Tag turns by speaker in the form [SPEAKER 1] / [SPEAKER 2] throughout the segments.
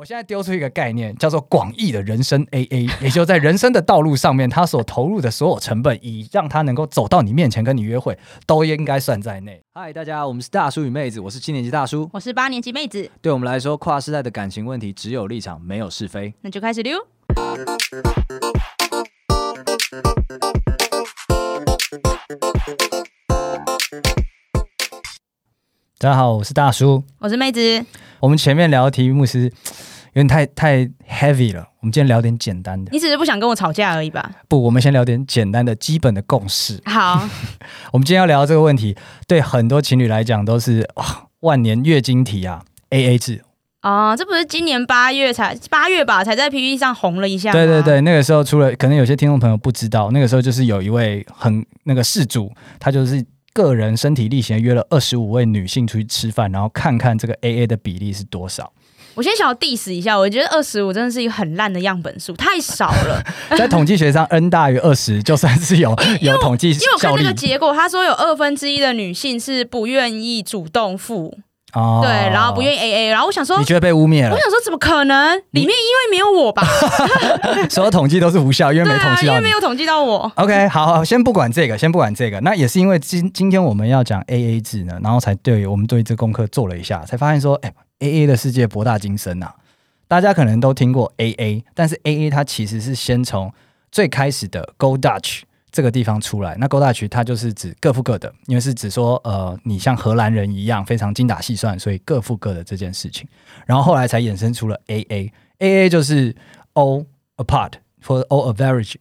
[SPEAKER 1] 我现在丢出一个概念，叫做广义的人生 AA， 也就是在人生的道路上面，他所投入的所有成本，以让他能够走到你面前跟你约会，都应该算在内。
[SPEAKER 2] 嗨，大家，我们是大叔与妹子，我是7年级大叔，
[SPEAKER 3] 我是8年级妹子。
[SPEAKER 2] 对我们来说，跨世代的感情问题只有立场，没有是非。
[SPEAKER 3] 那就开始溜。
[SPEAKER 1] 大家好，我是大叔，
[SPEAKER 3] 我是妹子。
[SPEAKER 1] 我们前面聊的题目是有点太 heavy 了，我们今天聊点简单的。
[SPEAKER 3] 你只是不想跟我吵架而已吧？
[SPEAKER 1] 不，我们先聊点简单的基本的共识。
[SPEAKER 3] 好，
[SPEAKER 1] 我们今天要聊的这个问题，对很多情侣来讲都是万年月经题啊 ，AA 制。
[SPEAKER 3] 哦，这不是今年8月吧，才在 PPT 上红了一下吗？
[SPEAKER 1] 对对对，那个时候除了可能有些听众朋友不知道，那个时候就是有一位那个事主，他就是个人身体力行约了25位女性出去吃饭，然后看看这个 AA 的比例是多少。
[SPEAKER 3] 我先想要 diss 一下，我觉得25真的是一个很烂的样本数，太少了。
[SPEAKER 1] 在统计学上 ，n 大于20就算是有统计效力。
[SPEAKER 3] 因为我看那个结果，他说有1/2的女性是不愿意主动付。哦，对，然后不愿意 AA， 然后我想说，
[SPEAKER 1] 你觉得被污蔑了？
[SPEAKER 3] 我想说，怎么可能？里面因为没有我吧？
[SPEAKER 1] 所有统计都是无效，因为没统计到你。
[SPEAKER 3] 因为没有统计到我。
[SPEAKER 1] OK， 好，先不管这个，那也是因为今天我们要讲 AA 制呢，然后才我们对这功课做了一下，才发现说，AA 的世界博大精深啊。大家可能都听过 AA， 但是 AA 它其实是先从最开始的 Go Dutch这个地方出来，那 Go Dutch 它就是指各付各的，因为是指说你像荷兰人一样非常精打细算，所以各付各的这件事情，然后后来才衍生出了 AA 就是 all apart 或者 all average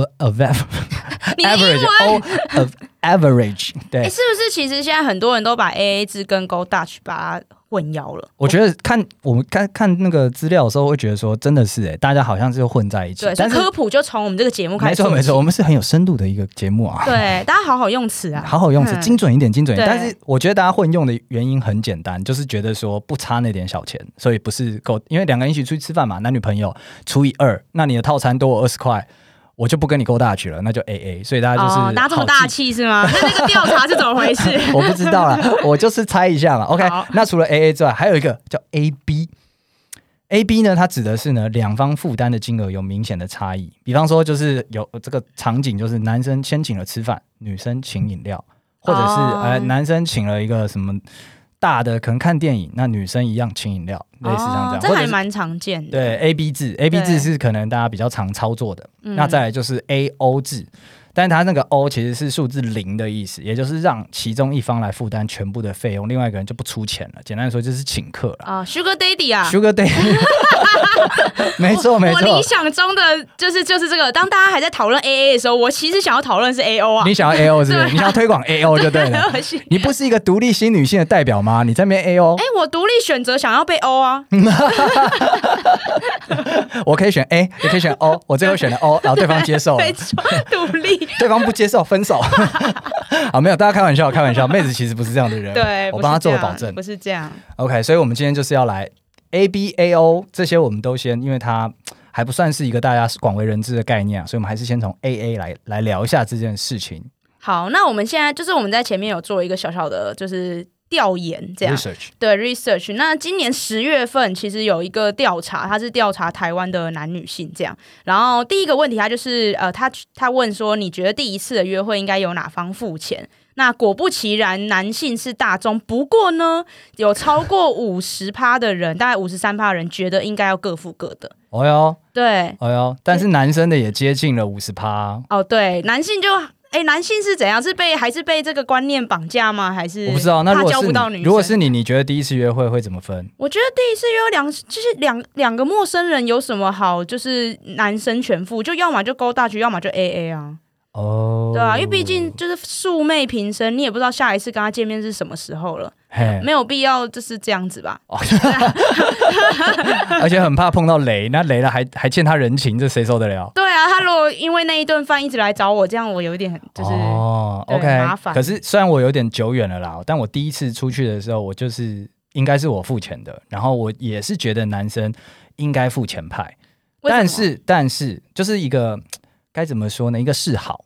[SPEAKER 1] average all of average 对，
[SPEAKER 3] 是不是其实现在很多人都把 AA 制跟 Go Dutch 把它混淆了？
[SPEAKER 1] 我觉得我们看那个资料的时候，会觉得说真的是大家好像是混在一起。
[SPEAKER 3] 对，所以科普就从我们这个节目开始。
[SPEAKER 1] 没错，我们是很有深度的一个节目啊。
[SPEAKER 3] 对，大家好好用词啊，
[SPEAKER 1] 好好用词，精准一点。但是我觉得大家混用的原因很简单，就是觉得说不差那点小钱，所以不是够，因为两个人一起出去吃饭嘛，男女朋友除以2，那你的套餐多我20块。我就不跟你Go Dutch了，那就 AA， 所以大家就是
[SPEAKER 3] 大家这么大气是吗？那个调查是怎么回事？
[SPEAKER 1] 我不知道啦，我就是猜一下嘛。OK， 那除了 AA 之外，还有一个叫 AB。AB 呢，它指的是呢两方负担的金额有明显的差异。比方说，就是有这个场景，就是男生先请了吃饭，女生请饮料，或者是男生请了一个什么大的可能看电影，那女生一样请饮料，类似像这样，
[SPEAKER 3] 这还蛮常见的。
[SPEAKER 1] 对 AB 制是可能大家比较常操作的。那再来就是 AO 制，但是它那个 O 其实是数字0的意思，也就是让其中一方来负担全部的费用，另外一个人就不出钱了。简单说就是请客了。
[SPEAKER 3] Sugar Daddy 啊
[SPEAKER 1] ，Sugar Daddy， 没错。我
[SPEAKER 3] 理想中的就是这个。当大家还在讨论 AA 的时候，我其实想要讨论是 AO 啊。
[SPEAKER 1] 你想要 AO 是不是？你想要推广 AO 就对了。你不是一个独立新女性的代表吗？你在那边 AO？
[SPEAKER 3] 我独立选择想要被 O 啊。
[SPEAKER 1] 我可以选 A， 也可以选 O， 我最后选了 O， 然后对方接受了。
[SPEAKER 3] 没错，独立。
[SPEAKER 1] 对方不接受，分手。好，没有，大家开玩笑。妹子其实不是这样的人，
[SPEAKER 3] 对，
[SPEAKER 1] 我帮她做了保证，
[SPEAKER 3] 不是这样。
[SPEAKER 1] OK， 所以我们今天就是要来 ABAO 这些，我们都先，因为它还不算是一个大家广为人知的概念啊，所以我们还是先从 AA 来聊一下这件事情。
[SPEAKER 3] 好，那我们现在就是我们在前面有做一个小小的，就是调研这样
[SPEAKER 1] research，
[SPEAKER 3] 对 research。那今年10月份其实有一个调查，它是调查台湾的男女性这样。然后第一个问题，他就是他问说，你觉得第一次的约会应该由哪方付钱？那果不其然，男性是大宗，不过呢，有超过50%的人，大概53%的人觉得应该要各付各的。
[SPEAKER 1] 哦哟，
[SPEAKER 3] 对，
[SPEAKER 1] 哦哟，但是男生的也接近了50%。
[SPEAKER 3] 哦，对，男性就。男性是怎样？还是被这个观念绑架吗？还是
[SPEAKER 1] 我不知道。那
[SPEAKER 3] 怕交不到女生？
[SPEAKER 1] 如果是你觉得第一次约会会怎么分？
[SPEAKER 3] 我觉得第一次约就是两个陌生人有什么好？就是男生全付，就要么就Go Dutch，要么就 AA 啊。对啊，因为毕竟就是素昧平生，你也不知道下一次跟他见面是什么时候了，没有必要就是这样子吧。
[SPEAKER 1] 而且很怕碰到雷，那雷了还欠他人情，这谁受得了？
[SPEAKER 3] 对啊，他如果因为那一顿饭一直来找我，这样我有一点就是
[SPEAKER 1] OK
[SPEAKER 3] 麻烦。
[SPEAKER 1] 可是虽然我有点久远了啦，但我第一次出去的时候，我就是应该是我付钱的，然后我也是觉得男生应该付钱派，但是就是一个该怎么说呢？一个示好。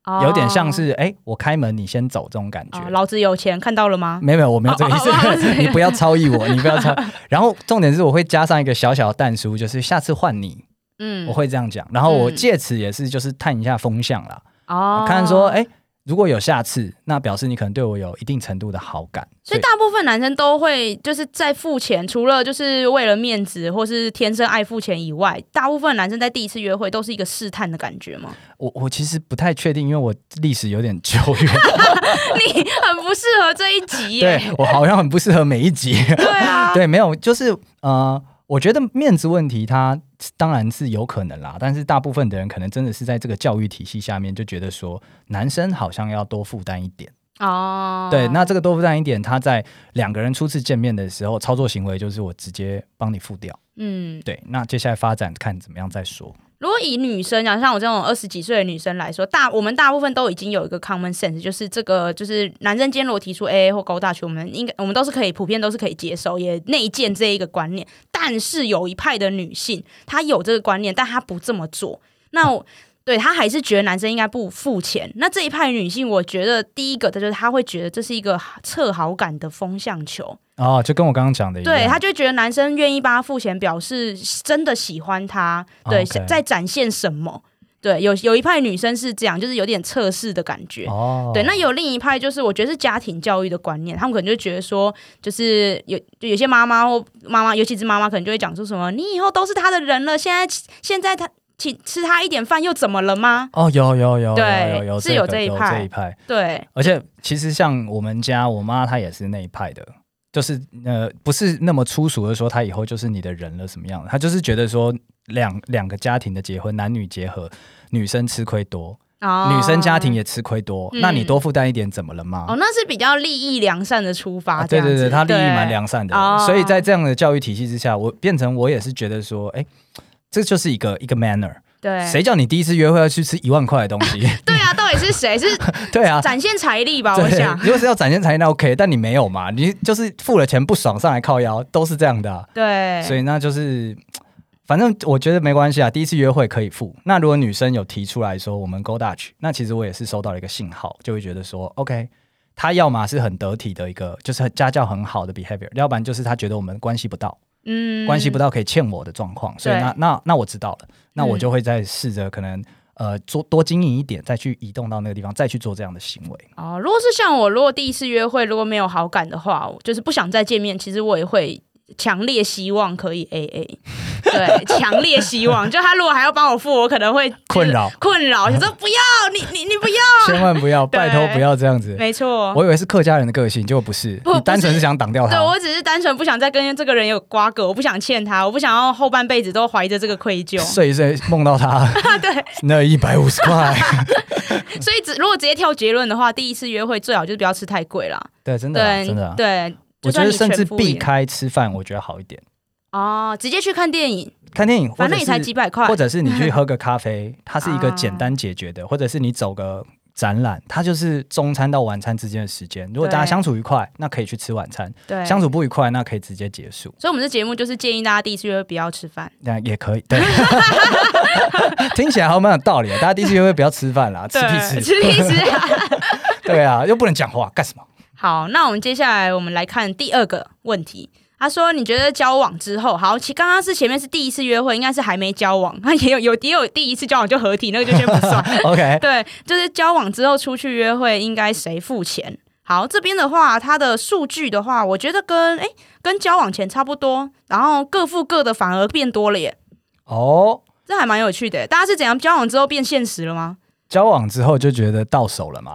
[SPEAKER 1] 有点像是我开门你先走这种感觉。
[SPEAKER 3] 老子有钱，看到了吗？
[SPEAKER 1] 没有，我没有这个意思。你不要超越我，你不要超。然后重点是我会加上一个小小的但书，就是下次换你。我会这样讲。然后我借此也是就是探一下风向啦。看说如果有下次，那表示你可能对我有一定程度的好感。
[SPEAKER 3] 所以大部分男生都会就是在付钱，除了就是为了面子或是天生爱付钱以外，大部分男生在第一次约会都是一个试探的感觉吗？
[SPEAKER 1] 我其实不太确定，因为我历史有点久远。
[SPEAKER 3] 你很不适合这一集耶。
[SPEAKER 1] 对，我好像很不适合每一集。
[SPEAKER 3] 对啊，
[SPEAKER 1] 对，没有，就是我觉得面子问题它当然是有可能啦，但是大部分的人可能真的是在这个教育体系下面就觉得说男生好像要多负担一点。对，那这个多负担一点，他在两个人初次见面的时候操作行为就是我直接帮你付掉。对，那接下来发展看怎么样再说。
[SPEAKER 3] 如果以女生像我这种20几岁的女生来说，我们大部分都已经有一个 common sense， 就是这个就是男生今天如果提出 AA 或勾大曲，我们都是可以普遍都是可以接受，也内建这一个观念。但是有一派的女性，她有这个观念，但她不这么做。对，她还是觉得男生应该不付钱。那这一派女性，我觉得第一个就是她会觉得这是一个测好感的风向球。就跟我刚刚讲的一样。对，她就觉得男生愿意帮她付钱，表示真的喜欢她。对，在展现什么？对，有一派女生是这样，就是有点测试的感觉。对，那有另一派就是我觉得是家庭教育的观念，他们可能就觉得说，就是有些妈妈，尤其是妈妈，可能就会讲说什么，你以后都是他的人了，现在他。请吃他一点饭又怎么了吗？有，对，是有这一派，对。
[SPEAKER 1] 而且其实像我们家，我妈她也是那一派的，就是不是那么粗俗的说她以后就是你的人了什么样的，她就是觉得说两个家庭的结婚，男女结合，女生吃亏多。女生家庭也吃亏多，那你多负担一点怎么了吗？
[SPEAKER 3] 那是比较利益良善的出发。
[SPEAKER 1] 对，他利益蛮良善的，所以在这样的教育体系之下，我也是觉得说，这就是一个 manner。对，谁叫你第一次约会要去吃1万块的东西？
[SPEAKER 3] 对啊，到底是谁？是
[SPEAKER 1] 对啊，
[SPEAKER 3] 展现财力吧？我想，
[SPEAKER 1] 如果是要展现财力那 OK， 但你没有嘛？你就是付了钱不爽上来靠腰，都是这样的。
[SPEAKER 3] 对，
[SPEAKER 1] 所以那就是，反正我觉得没关系啊。第一次约会可以付。那如果女生有提出来说我们 go Dutch， 那其实我也是收到了一个信号，就会觉得说 OK， 他要么是很得体的一个，就是家教很好的 behavior， 要不然就是他觉得我们关系不到。关系不到可以欠我的状况，所以那我知道了，那我就会再试着可能多经营一点，再去移动到那个地方，再去做这样的行为。
[SPEAKER 3] 如果是像我，如果第一次约会如果没有好感的话，就是不想再见面，其实我也会强烈希望可以 AA。对，强烈希望，就他如果还要帮我付，我可能会
[SPEAKER 1] 困扰，
[SPEAKER 3] 想说不要，你不要，
[SPEAKER 1] 千万不要，拜托不要这样子。
[SPEAKER 3] 没错，
[SPEAKER 1] 我以为是客家人的个性，结果不是，你单纯是想挡掉他。
[SPEAKER 3] 对，我只是单纯不想再跟这个人有瓜葛，我不想欠他，我不想要后半辈子都怀着这个愧疚，
[SPEAKER 1] 睡一睡梦到他。
[SPEAKER 3] 对，
[SPEAKER 1] 那150块。
[SPEAKER 3] 所以如果直接跳结论的话，第一次约会最好就是不要吃太贵啦。
[SPEAKER 1] 对，真的，真的，
[SPEAKER 3] 对。
[SPEAKER 1] 我觉得甚至避开吃饭，我觉得好一点。
[SPEAKER 3] 直接去看电影，
[SPEAKER 1] 反
[SPEAKER 3] 正也才几百块，
[SPEAKER 1] 或者是你去喝个咖啡，它是一个简单解决的，或者是你走个展览，它就是中餐到晚餐之间的时间。如果大家相处愉快，那可以去吃晚餐；相处不愉快，那可以直接结束。
[SPEAKER 3] 所以，我们这节目就是建议大家第一次约会不要吃饭，
[SPEAKER 1] 那也可以。对，听起来好蛮有道理。大家第一次约会不要吃饭啦，吃屁吃。对啊，又不能讲话，干什么？
[SPEAKER 3] 好，那我们接下来我们来看第二个问题。他说：“你觉得交往之后，好，刚刚是前面是第一次约会，应该是还没交往，他也有第一次交往就合体，那个就先不算。
[SPEAKER 1] OK，
[SPEAKER 3] 对，就是交往之后出去约会，应该谁付钱？好，这边的话，它的数据的话，我觉得跟交往前差不多，然后各付各的反而变多了耶。这还蛮有趣的。大家是怎样交往之后变现实了吗？
[SPEAKER 1] 交往之后就觉得到手了嘛。”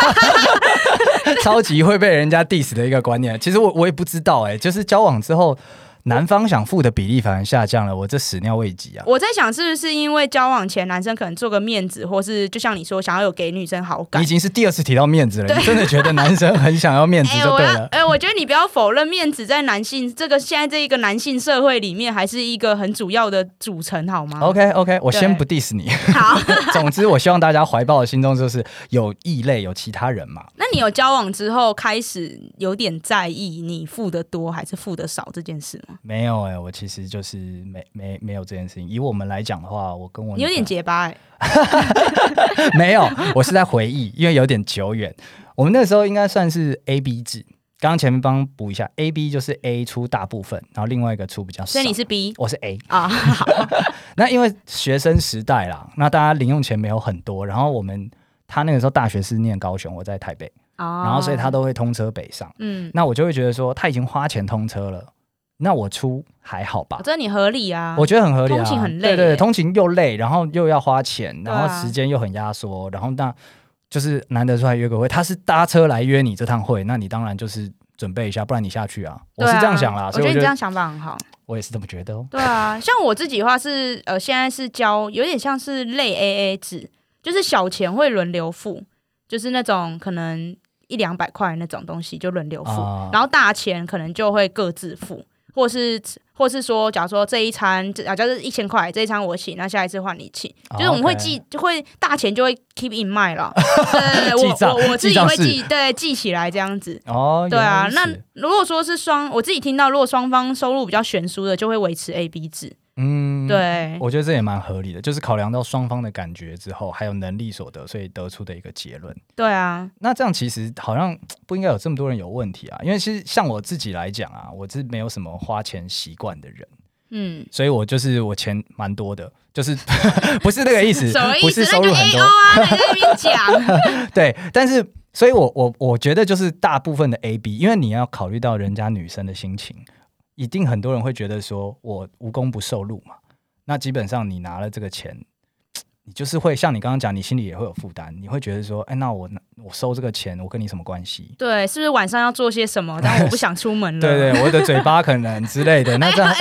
[SPEAKER 1] 超级会被人家 diss 的一个观念，其实我也不知道就是交往之后，男方想付的比例反而下降了，我这始料未及啊！
[SPEAKER 3] 我在想是不是因为交往前男生可能做个面子，或是就像你说想要有给女生好感。
[SPEAKER 1] 你已经是第2次提到面子了，你真的觉得男生很想要面子就对了。
[SPEAKER 3] 我觉得你不要否认面子在男性现在这一个男性社会里面还是一个很主要的组成，好吗
[SPEAKER 1] ？OK， 我先不 diss 你。
[SPEAKER 3] 好，
[SPEAKER 1] 总之我希望大家怀抱的心中就是有异类，有其他人嘛。
[SPEAKER 3] 那你有交往之后开始有点在意你付的多还是付的少这件事吗？
[SPEAKER 1] 没有我其实就是没有这件事情。以我们来讲的话，我跟我
[SPEAKER 3] 你有点结巴
[SPEAKER 1] 没有，我是在回忆，因为有点久远。我们那时候应该算是 A/B 制。刚刚前面帮补一下 ，A/B 就是 A 出大部分，然后另外一个出比较少。
[SPEAKER 3] 所以你是 B，
[SPEAKER 1] 我是 A
[SPEAKER 3] 啊。好，
[SPEAKER 1] 那因为学生时代啦，那大家零用钱没有很多，然后他那个时候大学是念高雄，我在台北，然后所以他都会通车北上。那我就会觉得说他已经花钱通车了，那我出还好吧？
[SPEAKER 3] 这你合理啊，
[SPEAKER 1] 我觉得很合理啊。
[SPEAKER 3] 通勤很累，
[SPEAKER 1] 对，通勤又累，然后又要花钱，然后时间又很压缩，然后那就是难得出来约个会，他是搭车来约你这趟会，那你当然就是准备一下，不然你下去啊。我是这样想啦，所以
[SPEAKER 3] 我觉得你这样想法很好。
[SPEAKER 1] 我也是这么觉得哦。
[SPEAKER 3] 对啊，像我自己的话是现在是教有点像是类 AA 制，就是小钱会轮流付，就是那种可能100-200块那种东西就轮流付，然后大钱可能就会各自付。或是说，假如说这一餐，假如是1000块，这一餐我请，那下一次换你请，就是我们会记，就会大钱就会 keep in mind 了。对，我自己会记起来这样子。对啊。那如果说是我自己听到，如果双方收入比较悬殊的，就会维持 A/B 制。对，
[SPEAKER 1] 我觉得这也蛮合理的，就是考量到双方的感觉之后，还有能力所得，所以得出的一个结论。
[SPEAKER 3] 对啊，
[SPEAKER 1] 那这样其实好像不应该有这么多人有问题啊，因为其实像我自己来讲啊，我是没有什么花钱习惯的人，所以我钱蛮多的，就是不是那个意思，不是收入很多
[SPEAKER 3] 啊，在那边讲，
[SPEAKER 1] 对，但是所以我觉得就是大部分的 A/B， 因为你要考虑到人家女生的心情。一定很多人会觉得说我无功不受禄嘛，那基本上你拿了这个钱，你就是会像你刚刚讲，你心里也会有负担，你会觉得说，那我收这个钱，我跟你什么关系？
[SPEAKER 3] 对，是不是晚上要做些什么？但我不想出门了。
[SPEAKER 1] 对，我的嘴巴可能之类的，那这样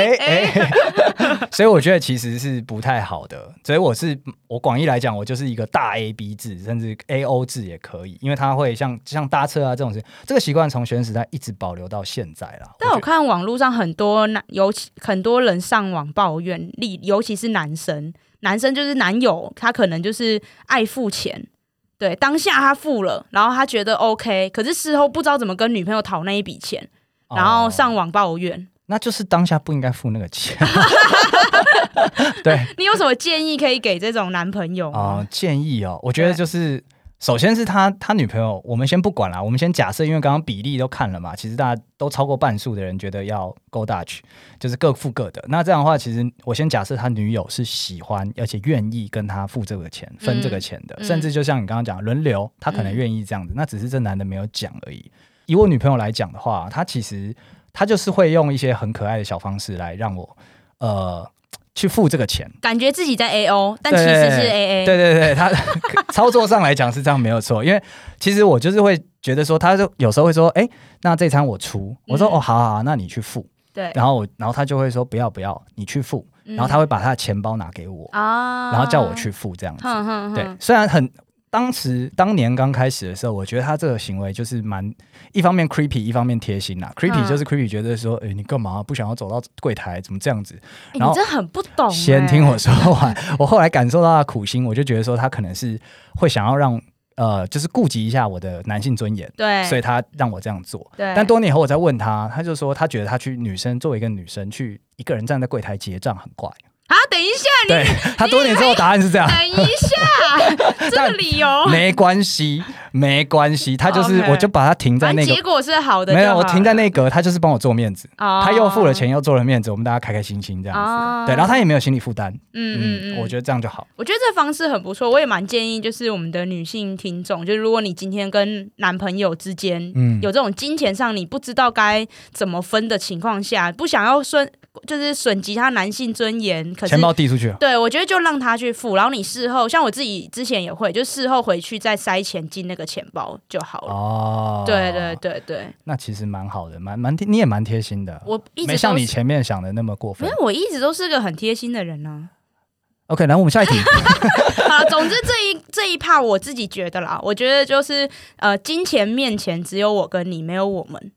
[SPEAKER 1] 所以我觉得其实是不太好的。所以我广义来讲，我就是一个大 A/B 制，甚至 AO 制也可以，因为它会像搭车啊这种事，这个习惯从学生时代一直保留到现在啦。
[SPEAKER 3] 但我看网络上很多人上网抱怨，尤其是男生就是男友，他可能就是爱付钱，对，当下他付了，然后他觉得 OK， 可是事后不知道怎么跟女朋友讨那一笔钱，然后上网抱怨。
[SPEAKER 1] 那就是当下不应该付那个钱。对，
[SPEAKER 3] 你有什么建议可以给这种男朋友吗？
[SPEAKER 1] 建议我觉得就是。首先是他女朋友，我们先不管啦，我们先假设，因为刚刚比例都看了嘛，其实大家都超过半数的人觉得要 go Dutch， 就是各付各的。那这样的话，其实我先假设他女友是喜欢而且愿意跟他付这个钱、分这个钱的，甚至就像你刚刚讲轮流，他可能愿意这样子，那只是这男的没有讲而已。以我女朋友来讲的话，她就是会用一些很可爱的小方式来让我去付这个钱，
[SPEAKER 3] 感觉自己在 AO， 但其实是 AA。
[SPEAKER 1] 对，他操作上来讲是这样没有错，因为其实我就是会觉得说，他就有时候会说，那这餐我出，我说好，那你去付。对，然后他就会说不要，你去付，然后他会把他的钱包拿给我，然后叫我去付这样子。对，虽然当年刚开始的时候，我觉得他这个行为就是一方面 creepy， 一方面贴心啦。creepy 就是 creepy 觉得说，你干嘛不想要走到柜台，怎么这样子？然后
[SPEAKER 3] 你真很不懂。
[SPEAKER 1] 先听我说完，我后来感受到他的苦心，我就觉得说他可能是会想要让就是顾及一下我的男性尊严，对，所以他让我这样做。对，但多年以后我再问他，他就说他觉得他作为一个女生去一个人站在柜台结账很怪。
[SPEAKER 3] 等一下，
[SPEAKER 1] 对，他多年之后答案是这样。
[SPEAKER 3] 等一下，这个理由
[SPEAKER 1] 没关系，他就是，我就把他停在那个，
[SPEAKER 3] 结果是好的，
[SPEAKER 1] 没有，我停在那个，他就是帮我做面子，他又付了钱又做了面子，我们大家开开心心这样子，对，然后他也没有心理负担，我觉得这样就好。
[SPEAKER 3] 我觉得这方式很不错，我也蛮建议，就是我们的女性听众，就是如果你今天跟男朋友之间有这种金钱上你不知道该怎么分的情况下，不想要就是损及他男性尊严，可是
[SPEAKER 1] 钱包递出去了。
[SPEAKER 3] 对，我觉得就让他去付，然后你事后，像我自己之前也会，就事后回去再塞钱进那个钱包就好了。对，
[SPEAKER 1] 那其实蛮好的，你也蛮贴心的。
[SPEAKER 3] 我一直
[SPEAKER 1] 没像你前面想的那么过分。
[SPEAKER 3] 没有，我一直都是个很贴心的人呢。
[SPEAKER 1] OK， 来我们下一题。
[SPEAKER 3] 好，总之这一趴我自己觉得啦，我觉得就是金钱面前只有我跟你，没有我们。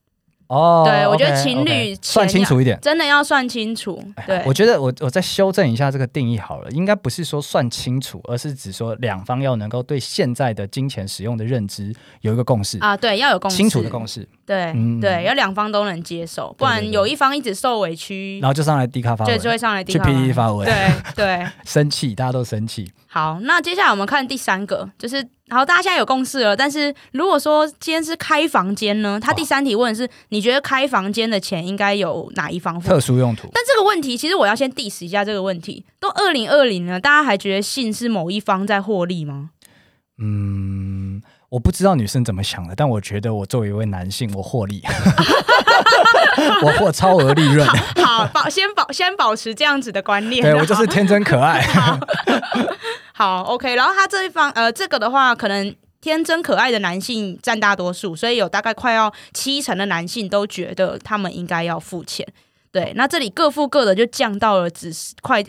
[SPEAKER 1] 哦，
[SPEAKER 3] 对，我觉得
[SPEAKER 1] OK，
[SPEAKER 3] 情侣
[SPEAKER 1] OK， 算清楚一点，
[SPEAKER 3] 真的要算清楚。对，
[SPEAKER 1] 我觉得我再修正一下这个定义好了，应该不是说算清楚，而是指说两方要能够对现在的金钱使用的认知有一个共识
[SPEAKER 3] 啊，对，要有共识，
[SPEAKER 1] 清楚的共识。
[SPEAKER 3] 对、对，要两方都能接受，不然有一方一直受委屈，
[SPEAKER 1] 然后就上来 D 卡发文，
[SPEAKER 3] 就会上来 D
[SPEAKER 1] 去
[SPEAKER 3] 卡
[SPEAKER 1] PTT 发文，
[SPEAKER 3] 对，
[SPEAKER 1] 生气，大家都生气。
[SPEAKER 3] 好，那接下来我们看第3个，就是好，大家现在有共识了。但是如果说今天是开房间呢，他第3题问的是，你觉得开房间的钱应该有哪一方付？
[SPEAKER 1] 特殊用途。
[SPEAKER 3] 但这个问题，其实我要先 diss 一下这个问题。都2020了，大家还觉得性是某一方在获利吗？
[SPEAKER 1] 我不知道女生怎么想的，但我觉得我作为一位男性，我获利，我获超额利润。
[SPEAKER 3] 好，先保持这样子的观念。
[SPEAKER 1] 对，我就是天真可爱。
[SPEAKER 3] 好 ，OK。然后他这一方，这个的话，可能天真可爱的男性占大多数，所以有大概快要70%的男性都觉得他们应该要付钱。对，那这里各付各的就降到了只剩快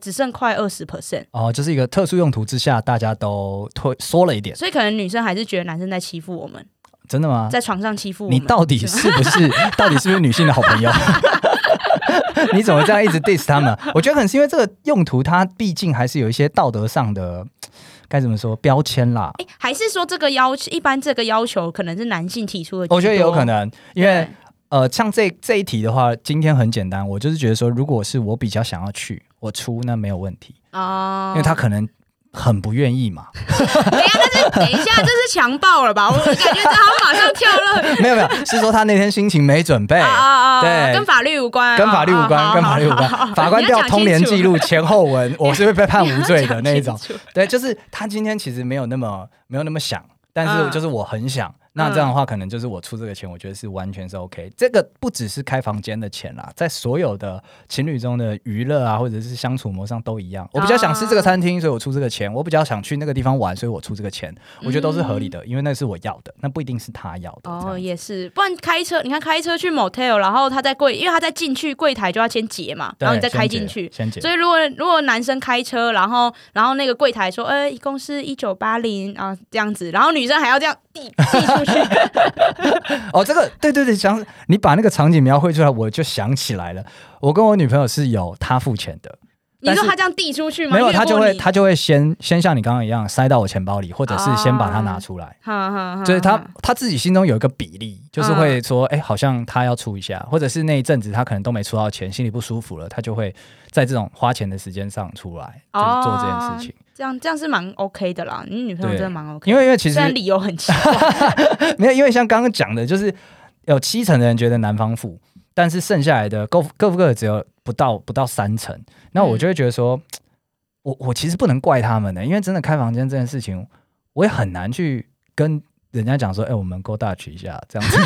[SPEAKER 3] 20%。
[SPEAKER 1] 哦，就是一个特殊用途之下，大家都缩了一点，
[SPEAKER 3] 所以可能女生还是觉得男生在欺负我们。
[SPEAKER 1] 真的吗？
[SPEAKER 3] 在床上欺负我们，
[SPEAKER 1] 你到底是不是女性的好朋友？你怎么这样一直 diss 他们？我觉得可能是因为这个用途，它毕竟还是有一些道德上的该怎么说标签啦。
[SPEAKER 3] 还是说这个一般这个要求可能是男性提出的？
[SPEAKER 1] 我觉得有可能，因为像这一题的话，今天很简单，我就是觉得说，如果是我比较想要去，我出那没有问题因为他可能很不愿意嘛。
[SPEAKER 3] 等一下，这是强暴了吧？我感觉他马上跳了。
[SPEAKER 1] 没有，是说他那天心情没准备对，
[SPEAKER 3] 跟法律无关，
[SPEAKER 1] 跟法律无关。法官调通联记录前后文，我是会被判无罪的那一种。对，就是他今天其实没有那么想，但是就是我很想。那这样的话，可能就是我出这个钱，我觉得是完全是 OK。这个不只是开房间的钱啦，在所有的情侣中的娱乐啊，或者是相处模式上都一样。我比较想吃这个餐厅，所以我出这个钱；我比较想去那个地方玩，所以我出这个钱。我觉得都是合理的，因为那是我要的，那不一定是他要的。
[SPEAKER 3] 也是，不然开车，你看开车去 motel， 然后他在因为他在进去柜台就要先结嘛，然后你再开进去。
[SPEAKER 1] 先结。所
[SPEAKER 3] 以如果男生开车，然后那个柜台说，一共是1980啊这样子，然后女生还要这样递出去。
[SPEAKER 1] 这个对，想你把那个场景描绘出来，我就想起来了。我跟我女朋友是有她付钱的。
[SPEAKER 3] 你说她这样递出去吗？
[SPEAKER 1] 没有，她就会先像你刚刚一样塞到我钱包里，或者是先把它拿出来。所以她自己心中有一个比例，就是会说，好像她要出一下，或者是那一阵子她可能都没出到钱，心里不舒服了，她就会在这种花钱的时间上出来，就是做这件事情。
[SPEAKER 3] 这样是蛮 OK 的啦，你女朋友真的蛮 OK 的。
[SPEAKER 1] 因为其实
[SPEAKER 3] 虽然理由很奇怪，
[SPEAKER 1] 没有，因为像刚刚讲的，就是有70%的人觉得男方付，但是剩下来的各付各的只有不到30%。那我就会觉得说，我其实不能怪他们的，因为真的开房间这件事情，我也很难去跟人家讲说，我们 go Dutch 一下这样子。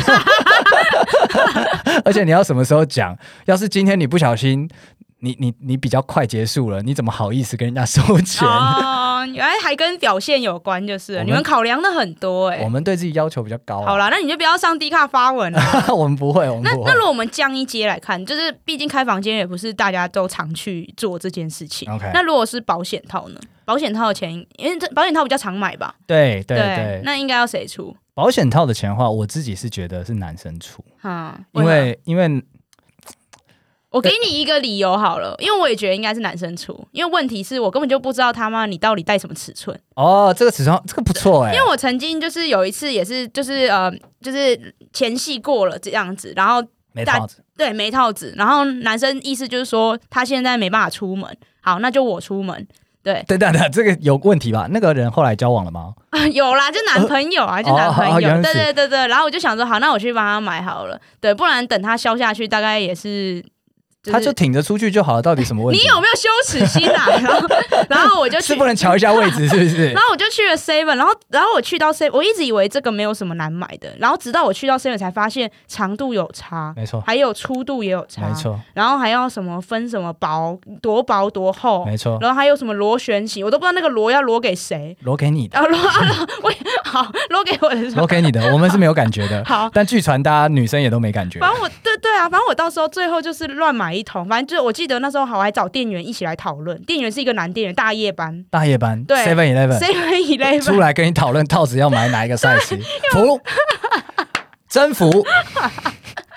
[SPEAKER 1] 而且你要什么时候讲？要是今天你不小心。你比较快结束了，你怎么好意思跟人家收钱？
[SPEAKER 3] 原来还跟表现有关，就是你们考量的很多
[SPEAKER 1] 我们对自己要求比较高。
[SPEAKER 3] 好啦，那你就不要上 D 卡发文了。
[SPEAKER 1] 我们不会。
[SPEAKER 3] 那如果我们降一阶来看，就是毕竟开房间也不是大家都常去做这件事情。
[SPEAKER 1] Okay.
[SPEAKER 3] 那如果是保险套呢？保险套的钱，因为保险套比较常买吧？
[SPEAKER 1] 对，
[SPEAKER 3] 那应该要谁出？
[SPEAKER 1] 保险套的钱的话，我自己是觉得是男生出。因为
[SPEAKER 3] 我给你一个理由好了，因为我也觉得应该是男生出，因为问题是我根本就不知道他妈你到底戴什么尺寸。
[SPEAKER 1] 这个尺寸这个不错
[SPEAKER 3] 因为我曾经就是有一次也是就是前戏过了这样子，然后
[SPEAKER 1] 没套子，
[SPEAKER 3] 对，没套子，然后男生意思就是说他现在没办法出门，好，那就我出门。对，
[SPEAKER 1] 这个有问题吧？那个人后来交往了吗？
[SPEAKER 3] 有啦，就男朋友啊，就男朋友。对，然后我就想说，好，那我去帮他买好了，对，不然等他消下去，大概也是。
[SPEAKER 1] 他就挺着出去就好了，到底什么问题？
[SPEAKER 3] 你有没有羞耻心啊？然后我就去，
[SPEAKER 1] 是不能瞧一下位置，是不是？
[SPEAKER 3] 然后我就去了 Seven， 然后我去到 Seven， 我一直以为这个没有什么难买的，然后直到我去到 Seven 才发现长度有差，
[SPEAKER 1] 没错，
[SPEAKER 3] 还有粗度也有差，
[SPEAKER 1] 没错，然
[SPEAKER 3] 后还要什么分什么薄多薄多厚，
[SPEAKER 1] 没错，
[SPEAKER 3] 然后还有什么螺旋形，我都不知道那个螺要螺给谁，
[SPEAKER 1] 螺给你的，
[SPEAKER 3] 好，螺给我的，
[SPEAKER 1] 螺给你的，我们是没有感觉的，
[SPEAKER 3] 好，
[SPEAKER 1] 但据传大家女生也都没感觉，
[SPEAKER 3] 反正反正我到时候最后就是乱买一通，反正就我记得那时候我还找店员一起来讨论，店员是一个男店员，大夜班，
[SPEAKER 1] 对
[SPEAKER 3] 7-11
[SPEAKER 1] 出来跟你讨论套子要买哪一个 size， 服征服。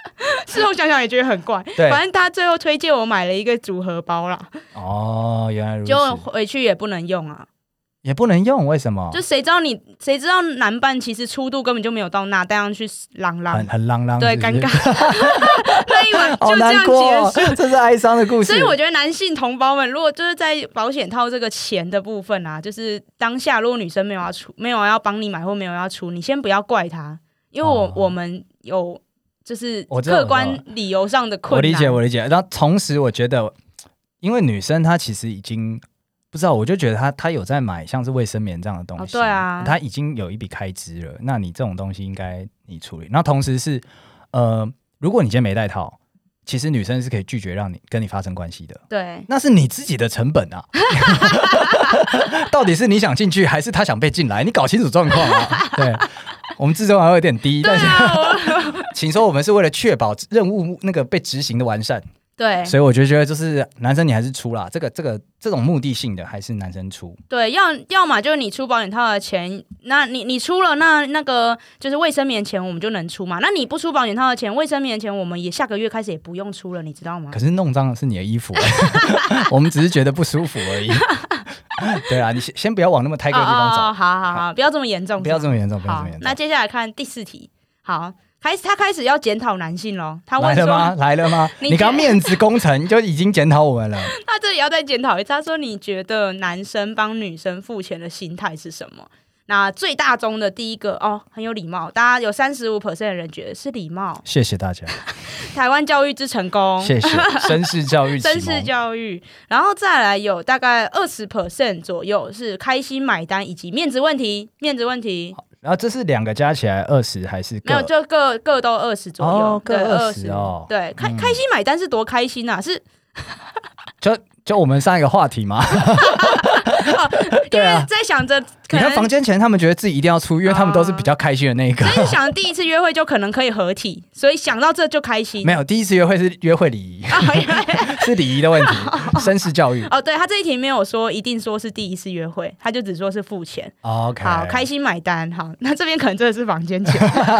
[SPEAKER 3] 事后想想也觉得很怪。
[SPEAKER 1] 对，
[SPEAKER 3] 反正他最后推荐我买了一个组合包啦。
[SPEAKER 1] 哦，原来如此。
[SPEAKER 3] 就回去也不能用啊。
[SPEAKER 1] 也不能用，为什么？
[SPEAKER 3] 就谁知道男伴其实粗度根本就没有到那，带上去啷啷，
[SPEAKER 1] 很啷啷，
[SPEAKER 3] 对，尴尬。那一晚就这样结束，
[SPEAKER 1] 这是哀伤的故事。
[SPEAKER 3] 所以我觉得男性同胞们，如果就是在保险套这个钱的部分啊，就是当下如果女生没有要帮你买或没有要出，你先不要怪他，因为我们有就是客观理由上的困难。
[SPEAKER 1] 我理解。然后同时我觉得，因为女生她其实已经。不知道，我就觉得他有在买像是卫生棉这样的东西，
[SPEAKER 3] 对啊，
[SPEAKER 1] 他已经有一笔开支了。那你这种东西应该你处理。然后同时是，如果你今天没戴套，其实女生是可以拒绝让你跟你发生关系的。
[SPEAKER 3] 对，
[SPEAKER 1] 那是你自己的成本啊。到底是你想进去，还是他想被进来？你搞清楚状况啊。对，我们自尊还有点低，但是请说我们是为了确保任务那个被执行的完善。
[SPEAKER 3] 对，
[SPEAKER 1] 所以我觉得就是男生你还是出啦，这种目的性的还是男生出。
[SPEAKER 3] 对，要么就是你出保险套的钱，那你出了，那个就是卫生棉钱我们就能出嘛。那你不出保险套的钱，卫生棉钱我们也下个月开始也不用出了，你知道吗？
[SPEAKER 1] 可是弄脏的是你的衣服，我们只是觉得不舒服而已。对啊，你先不要往那么胎哥的地方走。
[SPEAKER 3] 好，不要这么严重，
[SPEAKER 1] 不要这么严重。
[SPEAKER 3] 好，那接下来看第4题，好。他开始要检讨男性咯，他问说
[SPEAKER 1] 来了吗？你刚面子工程就已经检讨我们了。
[SPEAKER 3] 他这里要再检讨一次，他说你觉得男生帮女生付钱的心态是什么？那最大宗的第一个很有礼貌，大家有35% 的人觉得是礼貌。
[SPEAKER 1] 谢谢大家。
[SPEAKER 3] 台湾教育之成功，
[SPEAKER 1] 谢谢绅士教育，
[SPEAKER 3] 绅士教育，然后再来有大概20% 左右是开心买单以及面子问题。
[SPEAKER 1] 然后这是2个加起来20还是
[SPEAKER 3] 没有？就各都20左右，
[SPEAKER 1] 各20哦。
[SPEAKER 3] 对，开心买单是多开心啊！是
[SPEAKER 1] 就我们上一个话题嘛。
[SPEAKER 3] 因为在想着，
[SPEAKER 1] 你看房间钱，他们觉得自己一定要出，因为他们都是比较开心的那一个。
[SPEAKER 3] 所以想第一次约会就可能可以合体，所以想到这就开心。
[SPEAKER 1] 没有，第一次约会是约会礼仪，是礼仪的问题，绅士教育。
[SPEAKER 3] 对，他这一题没有说一定说是第一次约会，他就只说是付钱。
[SPEAKER 1] OK，
[SPEAKER 3] 好，开心买单。好，那这边可能真的是房间钱。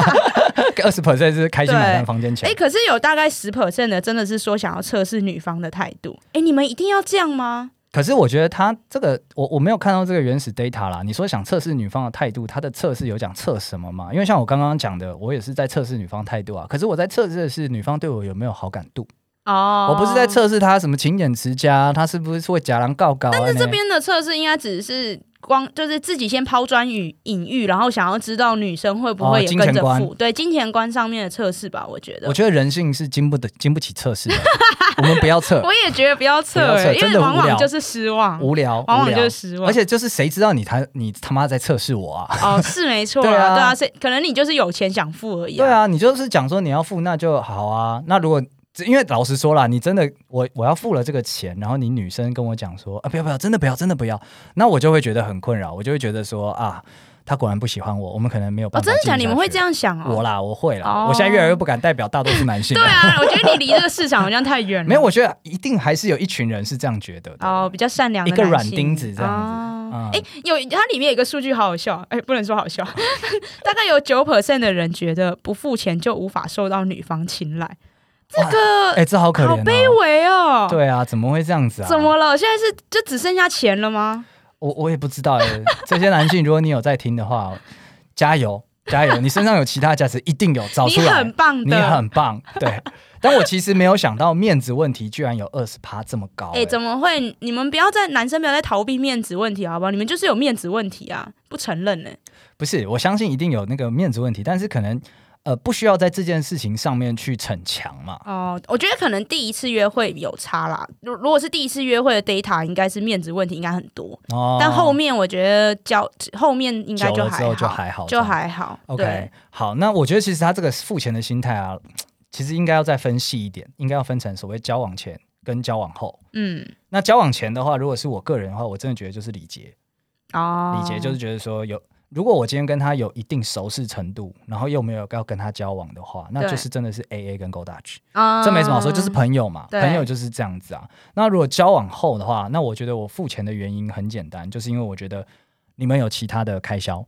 [SPEAKER 1] 20% 是开心买单房间钱。
[SPEAKER 3] 可是有大概10% 的真的是说想要测试女方的态度。你们一定要这样吗？
[SPEAKER 1] 可是我觉得他这个我没有看到这个原始 data 啦。你说想测试女方的态度，他的测试有讲测什么吗？因为像我刚刚讲的，我也是在测试女方态度啊。可是我在测试的是女方对我有没有好感度。我不是在测试她什么勤俭持家，她是不是会假狼告告。
[SPEAKER 3] 但是这边的测试应该只是就是自己先抛砖引玉，然后想要知道女生会不会也跟着付。对，金钱观上面的测试吧，我觉得人性是经不起测试的。我们不要测。我也觉得不要测，因为往往就是失望，无聊，往往就是失望。而且就是谁知道你他妈在测试我啊？是没错啊，对啊，可能你就是有钱想付而已。对啊，你就是讲说你要付，那就好啊。那如果因为老实说啦，你真的我要付了这个钱，然后你女生跟我讲说不要，真的不要，那我就会觉得很困扰，我就会觉得说他果然不喜欢我，我们可能没有办法。真的假的？你们会这样想我会啦。我现在越来越不敢代表大多数男性。对啊，我觉得你离这个市场好像太远了。没有，我觉得一定还是有一群人是这样觉得的。比较善良的男性，一个软钉子这样子。它里面有一个数据好好笑，不能说好笑，大概有9% 的人觉得不付钱就无法受到女方青睐。这个这好可怜，好卑微哦。对啊，怎么会这样子啊？怎么了？现在是就只剩下钱了吗？我也不知道这些男性，如果你有在听的话，加油！你身上有其他价值，一定有找出来。你很棒的，你很棒。对，但我其实没有想到面子问题居然有20%这么高。怎么会？你们男生不要再逃避面子问题好不好？你们就是有面子问题啊，不承认呢？不是，我相信一定有那个面子问题，但是可能。不需要在这件事情上面去逞强嘛。我觉得可能第一次约会有差啦。如果是第一次约会的 data， 应该是面子问题应该很多。但后面我觉得后面应该就还好。OK， 好，那我觉得其实他这个付钱的心态啊，其实应该要再分细一点，应该要分成所谓交往前跟交往后。那交往前的话，如果是我个人的话，我真的觉得就是礼节。礼节就是觉得说如果我今天跟他有一定熟识程度，然后又没有要跟他交往的话，那就是真的是 AA 跟 Go Dutch，这没什么好说，就是朋友嘛，朋友就是这样子啊。那如果交往后的话，那我觉得我付钱的原因很简单，就是因为我觉得你们有其他的开销，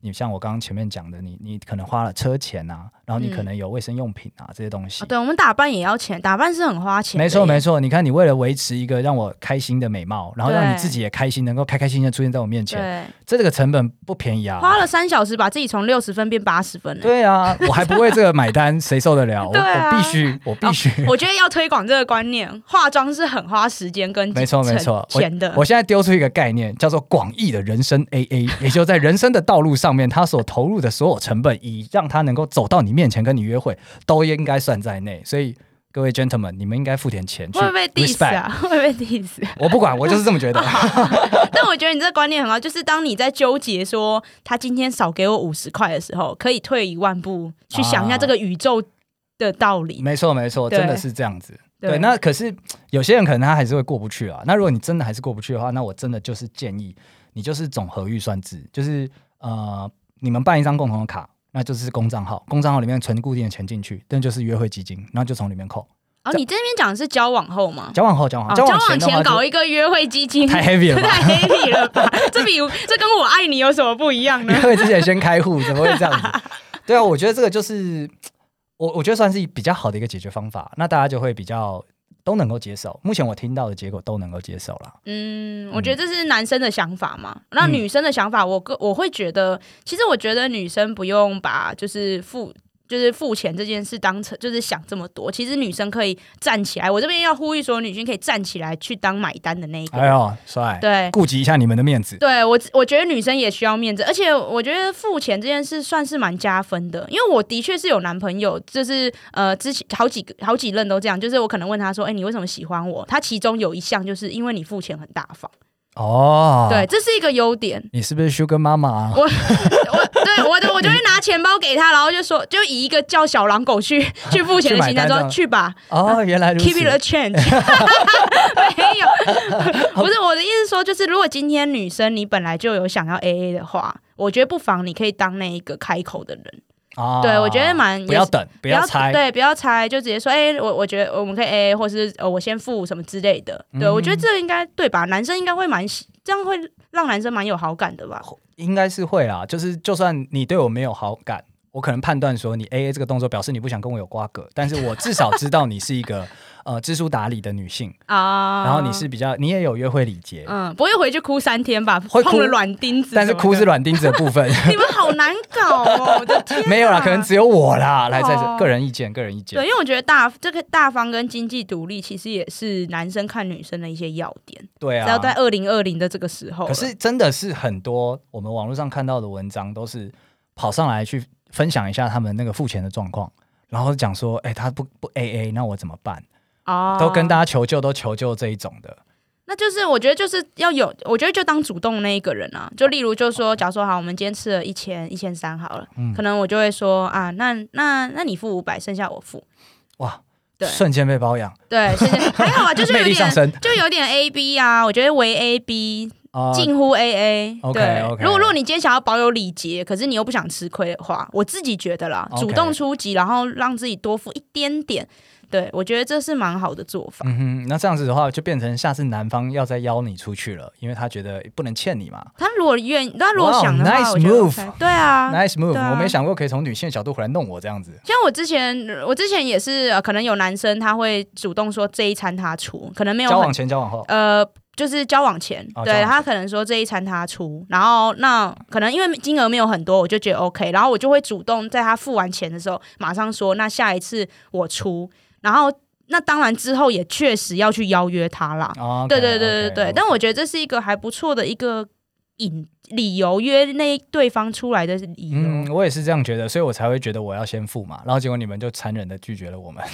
[SPEAKER 1] 你像我刚刚前面讲的，你可能花了车钱啊，然后你可能有卫生用品啊、这些东西。
[SPEAKER 3] 对，我们打扮也要钱，打扮是很花钱的。
[SPEAKER 1] 没错没错，你看你为了维持一个让我开心的美貌，然后让你自己也开心，能够开开心心的出现在我面前，这个成本不便宜啊。
[SPEAKER 3] 花了3小时把自己从60分变80分。
[SPEAKER 1] 对啊，我还不为这个买单，谁受得了？我必须。
[SPEAKER 3] 我觉得要推广这个观念，化妆是很花时间跟
[SPEAKER 1] 没错
[SPEAKER 3] 钱的。
[SPEAKER 1] 我现在丢出一个概念，叫做广义的人生 AA， 也就在人生的道路上面，他所投入的所有成本，以让他能够走到你面前跟你约会，都应该算在内。所以各位 gentlemen， 你们应该付点钱去 respect。
[SPEAKER 3] 会不会被 diss 啊？会不会被 diss？
[SPEAKER 1] 我不管，我就是这么觉得。
[SPEAKER 3] 但我觉得你这个观念很好，就是当你在纠结说他今天少给我50块的时候，可以退1万步去想一下这个宇宙的道理。
[SPEAKER 1] 没错没错，真的是这样子。对，那可是有些人可能他还是会过不去啊。那如果你真的还是过不去的话，那我真的就是建议你就是总和预算制，就是你们办一张共同的卡，那就是公账号，公账号里面存固定的钱进去，那就是约会基金，然后就从里面扣。
[SPEAKER 3] 你这边讲的是交往后吗？
[SPEAKER 1] 交往前
[SPEAKER 3] 搞一个约会基金，
[SPEAKER 1] 太 heavy 了吧？
[SPEAKER 3] 太 heavy 了吧？这跟我爱你有什么不一样呢？
[SPEAKER 1] 约会之前先开户，怎么会这样子？对啊，我觉得这个就是我觉得算是比较好的一个解决方法，那大家就会比较都能够接受。目前我听到的结果都能够接受了。
[SPEAKER 3] 我觉得这是男生的想法嘛。那女生的想法，我会觉得，其实我觉得女生不用把就是付钱这件事当成就是想这么多，其实女生可以站起来。我这边要呼吁所有女性可以站起来去当买单的那一个。
[SPEAKER 1] 哎呦，帅！对，顾及一下你们的面子。对，
[SPEAKER 3] 我觉得女生也需要面子，而且我觉得付钱这件事算是蛮加分的，因为我的确是有男朋友，就是之前好几任都这样，就是我可能问他说，你为什么喜欢我？他其中有一项就是因为你付钱很大方。对，这是一个优点。
[SPEAKER 1] 你是不是 Sugar 妈妈啊？
[SPEAKER 3] 我就会拿钱包给他，然后就以一个叫小狼狗去付钱的心态说去吧。
[SPEAKER 1] 原来如此。
[SPEAKER 3] Keep it a change 。没有，不是我的意思说，就是如果今天女生你本来就有想要 AA 的话，我觉得不妨你可以当那一个开口的人。对，我觉得
[SPEAKER 1] 不要等，不要猜，
[SPEAKER 3] 对，不要猜，就直接说，我觉得我们可以 AA， 或是我先付什么之类的。对，我觉得这个应该对吧？男生应该会这样会让男生蛮有好感的吧？
[SPEAKER 1] 应该是会啦，就算你对我没有好感，我可能判断说你 AA 这个动作表示你不想跟我有瓜葛，但是我至少知道你是一个知书达理的女性然后你也有约会礼节，
[SPEAKER 3] 不会回去哭3天吧？碰了软钉子，
[SPEAKER 1] 但是哭是软钉子的部分。
[SPEAKER 3] 你们好难搞哦！我的天，
[SPEAKER 1] 没有啦，可能只有我啦。来，在这个人意见。对，
[SPEAKER 3] 因为我觉得这个大方跟经济独立，其实也是男生看女生的一些要点。
[SPEAKER 1] 对啊，
[SPEAKER 3] 只要在2020的这个时候，
[SPEAKER 1] 可是真的是很多我们网络上看到的文章，都是跑上来去分享一下他们那个付钱的状况，然后讲说，他不 AA， 那我怎么办？都跟大家求救，都求救这一种的。
[SPEAKER 3] 那就是我觉得就是要有，我觉得就当主动那一个人啊。就例如就说，假如说好，我们今天吃了1000、1300好了，可能我就会说那你付500，剩下我付。哇，
[SPEAKER 1] 对，瞬间被包养。
[SPEAKER 3] 对，瞬间还好啊，就是
[SPEAKER 1] 魅力上升，
[SPEAKER 3] 就有点 AB 啊，我觉得为 AB。近乎 AA， 对。如果你今天想要保有礼节，可是你又不想吃亏的话，我自己觉得啦，主动出击，然后让自己多付一点点，对，我觉得这是蛮好的做法。
[SPEAKER 1] 那这样子的话，就变成下次男方要再邀你出去了，因为他觉得不能欠你嘛。
[SPEAKER 3] 他如果想的话，
[SPEAKER 1] nice move，
[SPEAKER 3] 对啊
[SPEAKER 1] ，nice move，我没想过可以从女性的角度回来弄我这样子。
[SPEAKER 3] 像我之前也是，可能有男生他会主动说这一餐他出，可能没有
[SPEAKER 1] 交往前交往后，
[SPEAKER 3] 就是交往前，对，他可能说这一餐他出，然后那可能因为金额没有很多，我就觉得 OK， 然后我就会主动在他付完钱的时候马上说，那下一次我出，然后那当然之后也确实要去邀约他啦。对，但我觉得这是一个还不错的一个理由，约那对方出来的理由。
[SPEAKER 1] 我也是这样觉得，所以我才会觉得我要先付嘛，然后结果你们就残忍的拒绝了我们。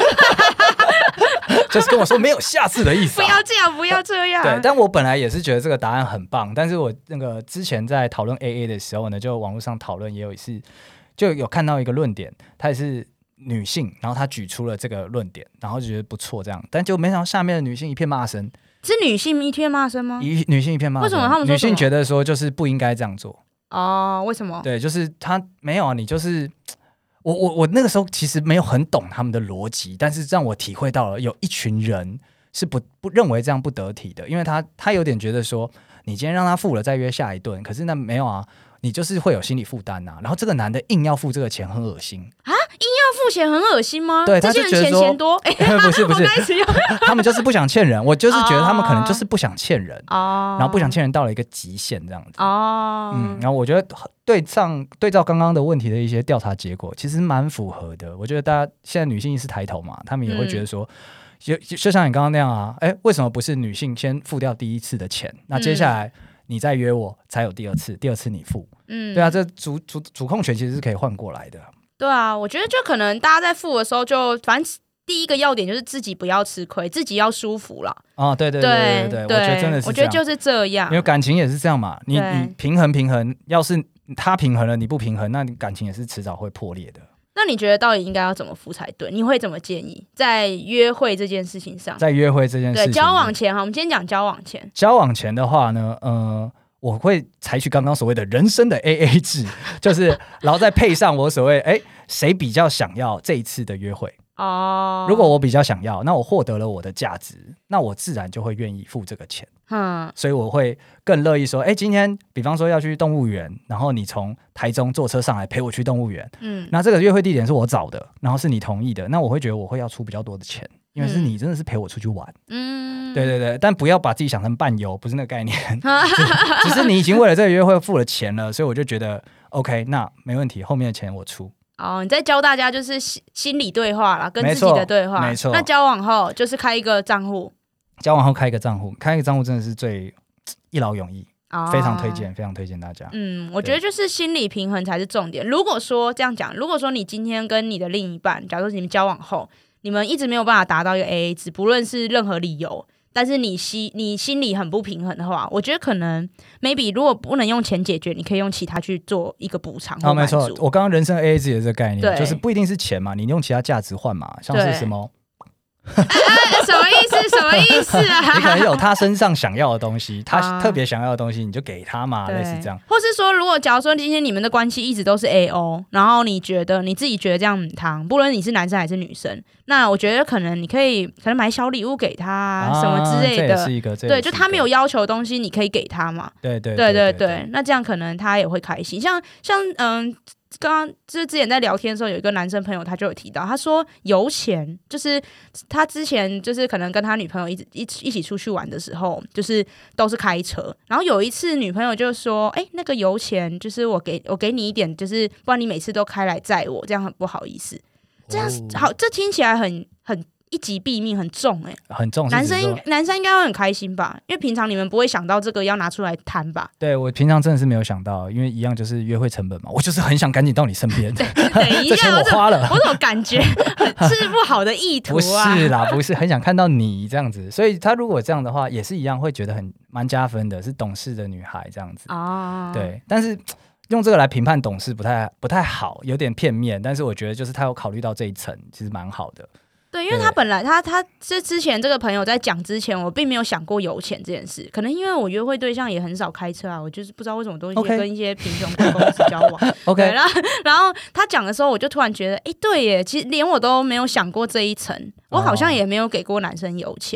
[SPEAKER 1] 就是跟我说没有下次的意思，
[SPEAKER 3] 不要这样，不要这样。
[SPEAKER 1] 对，但我本来也是觉得这个答案很棒，但是我那个之前在讨论 AA 的时候呢，就网络上讨论也有一次，就有看到一个论点，她也是女性，然后她举出了这个论点，然后就觉得不错这样，但就没想到下面的女性一片骂声。
[SPEAKER 3] 是女性一片骂声吗？
[SPEAKER 1] 女性一片骂声。
[SPEAKER 3] 为什么他们说
[SPEAKER 1] 女性觉得说就是不应该这样做？
[SPEAKER 3] 为什么？
[SPEAKER 1] 对，就是她没有啊，你就是。我那个时候其实没有很懂他们的逻辑，但是让我体会到了有一群人是不认为这样不得体的，因为他有点觉得说，你今天让他付了再约下一顿，可是那没有啊，你就是会有心理负担啊。然后这个男的硬要付这个钱，很恶心
[SPEAKER 3] 啊！硬要付钱很恶心吗？
[SPEAKER 1] 对，
[SPEAKER 3] 这些人钱多，
[SPEAKER 1] 不是，他们就是不想欠人。我就是觉得他们可能就是不想欠人，然后不想欠人到了一个极限这样子。然后我觉得对照刚刚的问题的一些调查结果，其实蛮符合的。我觉得大家现在女性意识抬头嘛，他们也会觉得说。就像你刚刚那样啊，为什么不是女性先付掉第一次的钱，那接下来你再约我才有第二次你付，对啊，这主控权其实是可以换过来的。
[SPEAKER 3] 对啊，我觉得就可能大家在付的时候就反正第一个要点就是自己不要吃亏，自己要舒服啦。
[SPEAKER 1] 对，我觉得真的是这样，
[SPEAKER 3] 我觉得就是这样，
[SPEAKER 1] 因为感情也是这样嘛，你平衡，要是他平衡了你不平衡，那你感情也是迟早会破裂的。
[SPEAKER 3] 那你觉得到底应该要怎么付才对？你会怎么建议在约会这件事情上？
[SPEAKER 1] 在约会这件事情，
[SPEAKER 3] 对，交往前，好，我们今天讲交往前。
[SPEAKER 1] 交往前的话呢，我会采取刚刚所谓的人生的 AA 制，就是然后再配上我所谓谁比较想要这一次的约会。如果我比较想要，那我获得了我的价值，那我自然就会愿意付这个钱。所以我会更乐意说，今天比方说要去动物园，然后你从台中坐车上来陪我去动物园，那这个约会地点是我找的，然后是你同意的，那我会觉得我会要出比较多的钱，因为是你真的是陪我出去玩。对，但不要把自己想成伴游，不是那个概念，只是你已经为了这个约会付了钱了，所以我就觉得 OK， 那没问题，后面的钱我出。
[SPEAKER 3] 你在教大家就是心理对话啦，跟自己的对话。
[SPEAKER 1] 没错。
[SPEAKER 3] 那交往后就是开一个账户。
[SPEAKER 1] 交往后开一个账户真的是最一劳永逸，非常推荐大家。
[SPEAKER 3] 我觉得就是心理平衡才是重点。如果说这样讲，如果说你今天跟你的另一半，假如说你们交往后，你们一直没有办法达到一个 AA 制，不论是任何理由。但是你心里很不平衡的话，我觉得可能 maybe 如果不能用钱解决，你可以用其他去做一个补偿或满足。
[SPEAKER 1] 没错，我刚刚人生 AA 制的这个概念，就是不一定是钱嘛，你用其他价值换嘛，像是什么？
[SPEAKER 3] 什么意思啊？
[SPEAKER 1] 你可能有他身上想要的东西，他特别想要的东西，你就给他嘛，类似这样。
[SPEAKER 3] 或是说，如果假如说今天你们的关系一直都是 AO， 然后你自己觉得这样很烫，不论你是男生还是女生，那我觉得可能你可能买小礼物给他什么之类的。
[SPEAKER 1] 这也是一个，
[SPEAKER 3] 对，就他没有要求的东西，你可以给他嘛。
[SPEAKER 1] 对，
[SPEAKER 3] 那这样可能他也会开心。像刚刚就是之前在聊天的时候，有一个男生朋友他就有提到，他说油钱就是他之前就是可能跟他女朋友一起出去玩的时候，就是都是开车，然后有一次女朋友就说，那个油钱就是我给你一点，就是不然你每次都开来载我，这样很不好意思。这样好，这听起来很一击毙命，很重
[SPEAKER 1] 很重。
[SPEAKER 3] 男生应该会很开心吧？因为平常你们不会想到这个要拿出来谈吧？
[SPEAKER 1] 对，我平常真的是没有想到，因为一样就是约会成本嘛，我就是很想赶紧到你身边。
[SPEAKER 3] 等一下，
[SPEAKER 1] 这钱我花了，
[SPEAKER 3] 我怎么感觉是不好的意图啊？
[SPEAKER 1] 不是啦，不是很想看到你这样子，所以他如果这样的话，也是一样会觉得蛮加分的，是懂事的女孩这样子。对，但是。用这个来评判懂事不太好，有点片面，但是我觉得就是他有考虑到这一层，其实蛮好的。
[SPEAKER 3] 对，因为他本来他是之前这个朋友在讲之前，我并没有想过油钱这件事，可能因为我约会对象也很少开车啊，我就是不知道为什么都跟一些贫穷公司交往。
[SPEAKER 1] OK，
[SPEAKER 3] 然后他讲的时候，我就突然觉得，对耶，其实连我都没有想过这一层，我好像也没有给过男生油钱。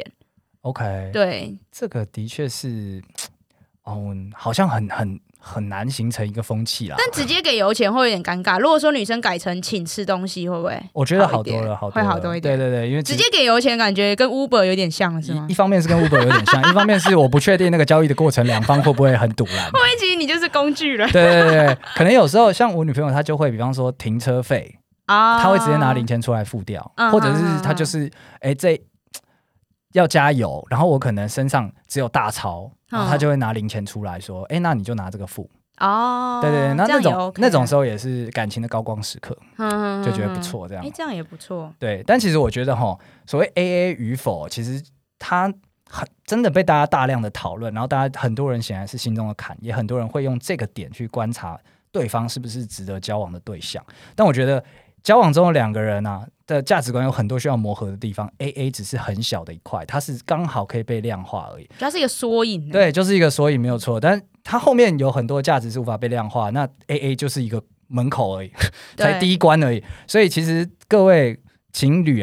[SPEAKER 1] OK，
[SPEAKER 3] 对，
[SPEAKER 1] 这个的确是，好像很难形成一个风气啦。
[SPEAKER 3] 但直接给油钱会有点尴尬。如果说女生改成请吃东西，会不会？
[SPEAKER 1] 我觉得好多了，
[SPEAKER 3] 会好多一点。
[SPEAKER 1] 对，因为
[SPEAKER 3] 直接给油钱感觉跟 Uber 有点像，是吗？
[SPEAKER 1] 一方面是跟 Uber 有点像，一方面是我不确定那个交易的过程两方会不会很堵拦。
[SPEAKER 3] 会不会其实你就是工具人？
[SPEAKER 1] 对，可能有时候像我女朋友，她就会比方说停车费她会直接拿零钱出来付掉，或者是她就是这要加油，然后我可能身上只有大钞。然后他就会拿零钱出来说，那你就拿这个付。对，那种时候也是感情的高光时刻，就觉得不错，这样。
[SPEAKER 3] 这样也不错。
[SPEAKER 1] 对，但其实我觉得所谓 AA 与否，其实它真的被大家大量的讨论，然后大家很多人显然是心中的坎，也很多人会用这个点去观察对方是不是值得交往的对象。但我觉得交往中的两个人的价值观有很多需要磨合的地方 ，AA 只是很小的一块，它是刚好可以被量化而已。
[SPEAKER 3] 它是一个缩影。
[SPEAKER 1] 对，就是一个缩影，没有错。但它后面有很多价值是无法被量化，那 AA 就是一个门口而已，才第一关而已。所以其实各位情侣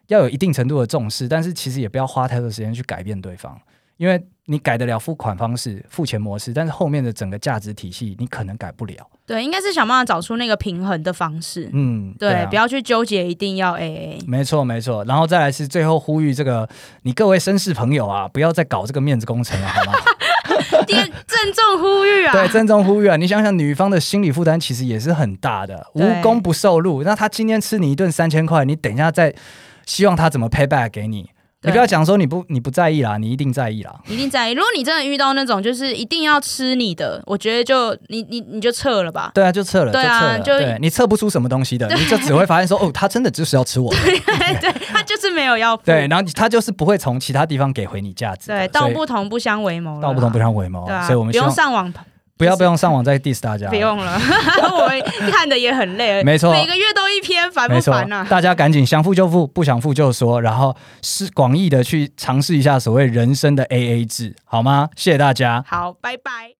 [SPEAKER 1] 要有一定程度的重视，但是其实也不要花太多时间去改变对方，因为你改得了付款方式、付钱模式，但是后面的整个价值体系你可能改不了。
[SPEAKER 3] 对，应该是想办法找出那个平衡的方式。
[SPEAKER 1] 对，
[SPEAKER 3] 不要去纠结一定要 AA。
[SPEAKER 1] 没错，然后再来是最后呼吁这个你各位绅士朋友啊，不要再搞这个面子工程了，好吗？
[SPEAKER 3] 郑重呼吁啊！
[SPEAKER 1] 对，郑重呼吁啊！你想想，女方的心理负担其实也是很大的，无功不受禄。那他今天吃你一顿3000块，你等一下再希望他怎么 pay back 给你？你不要讲说你不在意啦，你一定在意啦，
[SPEAKER 3] 一定在意。如果你真的遇到那种就是一定要吃你的，我觉得就你就撤了吧。
[SPEAKER 1] 对啊，就撤了。
[SPEAKER 3] 对啊，
[SPEAKER 1] 对你测不出什么东西的，你就只会发现说，哦，他真的就是要吃我的。
[SPEAKER 3] 对，他就是没有要付。
[SPEAKER 1] 对，然后他就是不会从其他地方给回你价值。
[SPEAKER 3] 对，道不同不相为谋。
[SPEAKER 1] 道不同不相为谋。
[SPEAKER 3] 对啊，
[SPEAKER 1] 所以我们
[SPEAKER 3] 不用上网。
[SPEAKER 1] 不用上网再 diss 大家，
[SPEAKER 3] 不用了，我看的也很累，
[SPEAKER 1] 没错，
[SPEAKER 3] 每个月都一篇，烦不烦啊？
[SPEAKER 1] 大家赶紧想付就付，不想付就说，然后是广义的去尝试一下所谓人生的 AA 制，好吗？谢谢大家，
[SPEAKER 3] 好，拜拜。